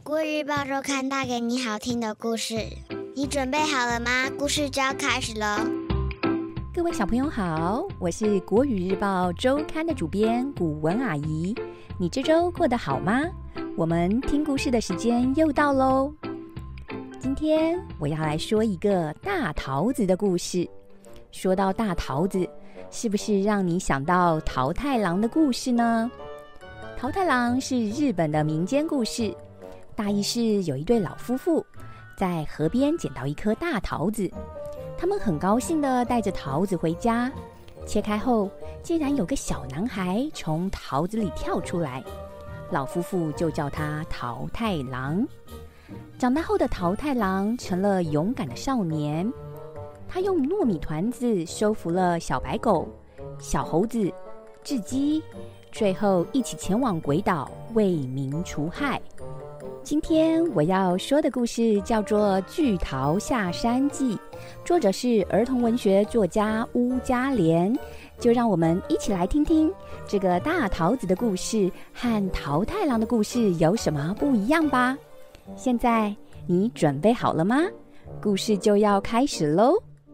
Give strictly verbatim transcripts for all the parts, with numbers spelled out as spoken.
国语日报周刊带给你好听的故事，你准备好了吗？故事就要开始了。 各位小朋友好，我是国语日报周刊的主编古文阿姨。你这周过得好吗？我们听故事的时间又到喽。今天我要来说一个大桃子的故事。说到大桃子，是不是让你想到桃太郎的故事呢？桃太郎是日本的民间故事，大意是有一对老夫妇在河边捡到一颗大桃子，他们很高兴地带着桃子回家，切开后竟然有个小男孩从桃子里跳出来，老夫妇就叫他桃太郎。长大后的桃太郎成了勇敢的少年，他用糯米团子收服了小白狗、小猴子、雉鸡，最后一起前往鬼岛为民除害。今天我要说的故事叫做《巨桃下山记》，作者是儿童文学作家乌家莲。就让我们一起来听听这个大桃子的故事和桃太郎的故事有什么不一样吧。现在你准备好了吗？故事就要开始喽。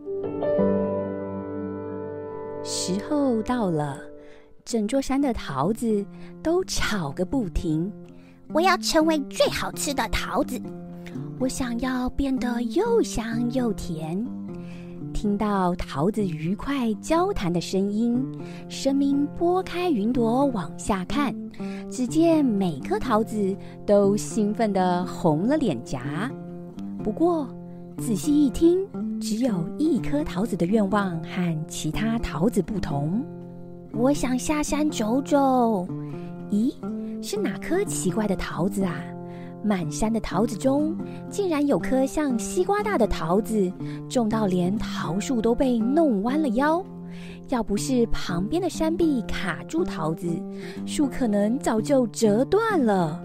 时候到了，整座山的桃子都吵个不停。 我要成为最好吃的桃子， 我想要变得又香又甜。听到桃子愉快交谈的声音，神明拨开云朵往下看，只见每颗桃子都兴奋地红了脸颊。不过仔细一听，只有一颗桃子的愿望和其他桃子不同。我想下山走走。咦，是哪颗奇怪的桃子啊？满山的桃子中，竟然有颗像西瓜大的桃子，重到连桃树都被弄弯了腰。要不是旁边的山壁卡住桃子，树可能早就折断了。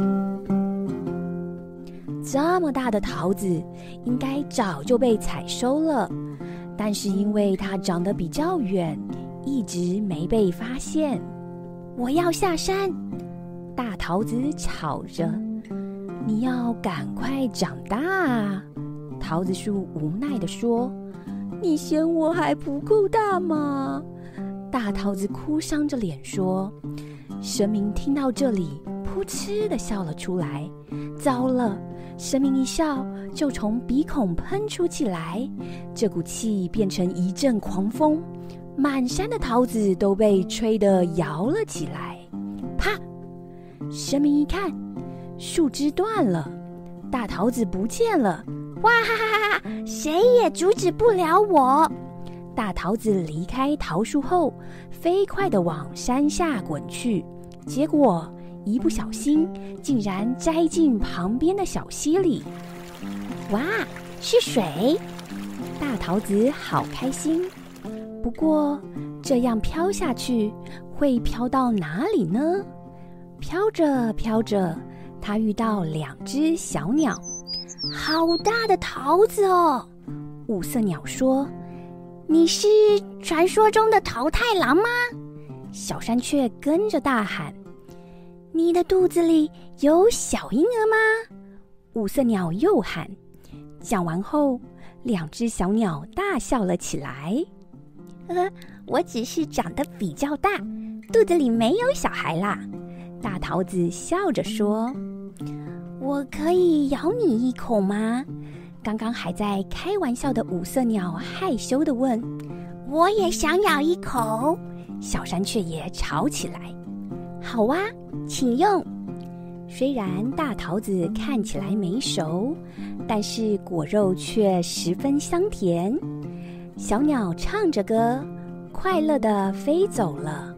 这么大的桃子，应该早就被采收了，但是因为它长得比较远，一直没被发现。我要下山，大桃子吵着，你要赶快长大啊！桃子树无奈地说，你嫌我还不够大吗？大桃子哭丧着脸说。神明听到这里，噗嗤地笑了出来。糟了，神明一笑就从鼻孔喷出气来，这股气变成一阵狂风，满山的桃子都被吹得摇了起来。啪！神明一看，树枝断了，大桃子不见了。 哇哈哈哈！谁也阻止不了我！ 大桃子离开桃树后，飞快地往山下滚去，结果一不小心，竟然栽进旁边的小溪里。 哇，是水！ 大桃子好开心。不过，这样飘下去，会飘到哪里呢？飘着飘着，它遇到两只小鸟。 好大的桃子哦！ 五色鸟说：“ 你是传说中的桃太郎吗？” 小山雀跟着大喊：“ 你的肚子里有小婴儿吗？” 五色鸟又喊。讲完后，两只小鸟大笑了起来。 呃，我只是长得比较大，肚子里没有小孩啦。 大桃子笑着说：“ 我可以咬你一口吗？” 刚刚还在开玩笑的五色鸟害羞地问：“ 我也想咬一口。” 小山雀也吵起来：“ 好啊，请用。” 虽然大桃子看起来没熟，但是果肉却十分香甜。小鸟唱着歌，快乐地飞走了。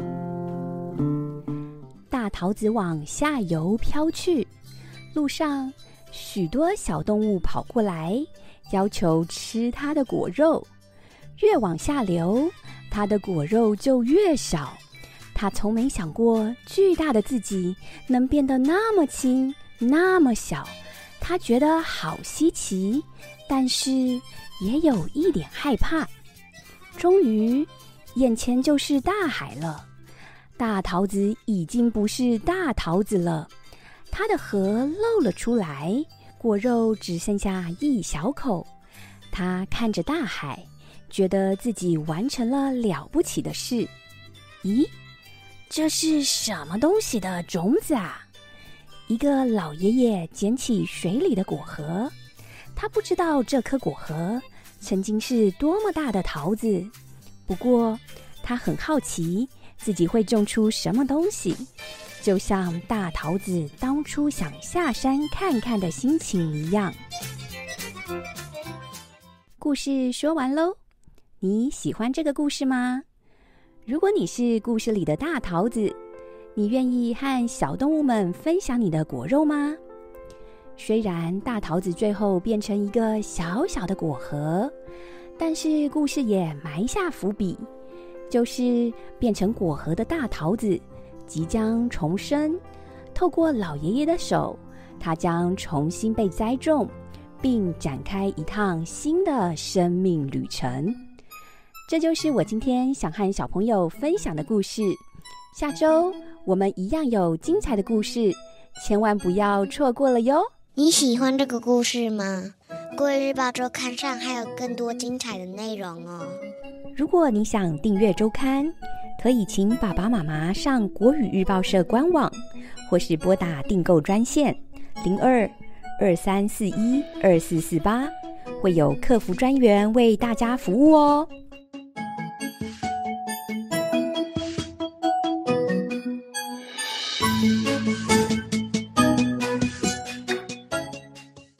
大桃子往下游飘去，路上许多小动物跑过来，要求吃它的果肉。越往下流，它的果肉就越少。它从没想过，巨大的自己能变得那么轻，那么小。它觉得好稀奇，但是也有一点害怕。终于，眼前就是大海了。大桃子已经不是大桃子了， 它的核露了出来，果肉只剩下一小口。它看着大海，觉得自己完成了了不起的事。咦，这是什么东西的种子啊？一个老爷爷捡起水里的果核，他不知道这颗果核曾经是多么大的桃子，不过他很好奇自己会种出什么东西，就像大桃子当初想下山看看的心情一样。故事说完喽，你喜欢这个故事吗？如果你是故事里的大桃子，你愿意和小动物们分享你的果肉吗？虽然大桃子最后变成一个小小的果核，但是故事也埋下伏笔，就是变成果核的大桃子即将重生，透过老爷爷的手，它将重新被栽种，并展开一趟新的生命旅程。这就是我今天想和小朋友分享的故事。下周我们一样有精彩的故事，千万不要错过了哟。 你喜欢这个故事吗？国语日报周刊上还有更多精彩的内容哦。 如果你想订阅周刊，可以请爸爸妈妈上国语日报社官网，或是拨打订购专线零二二三四一二四四八，会有客服专员为大家服务哦。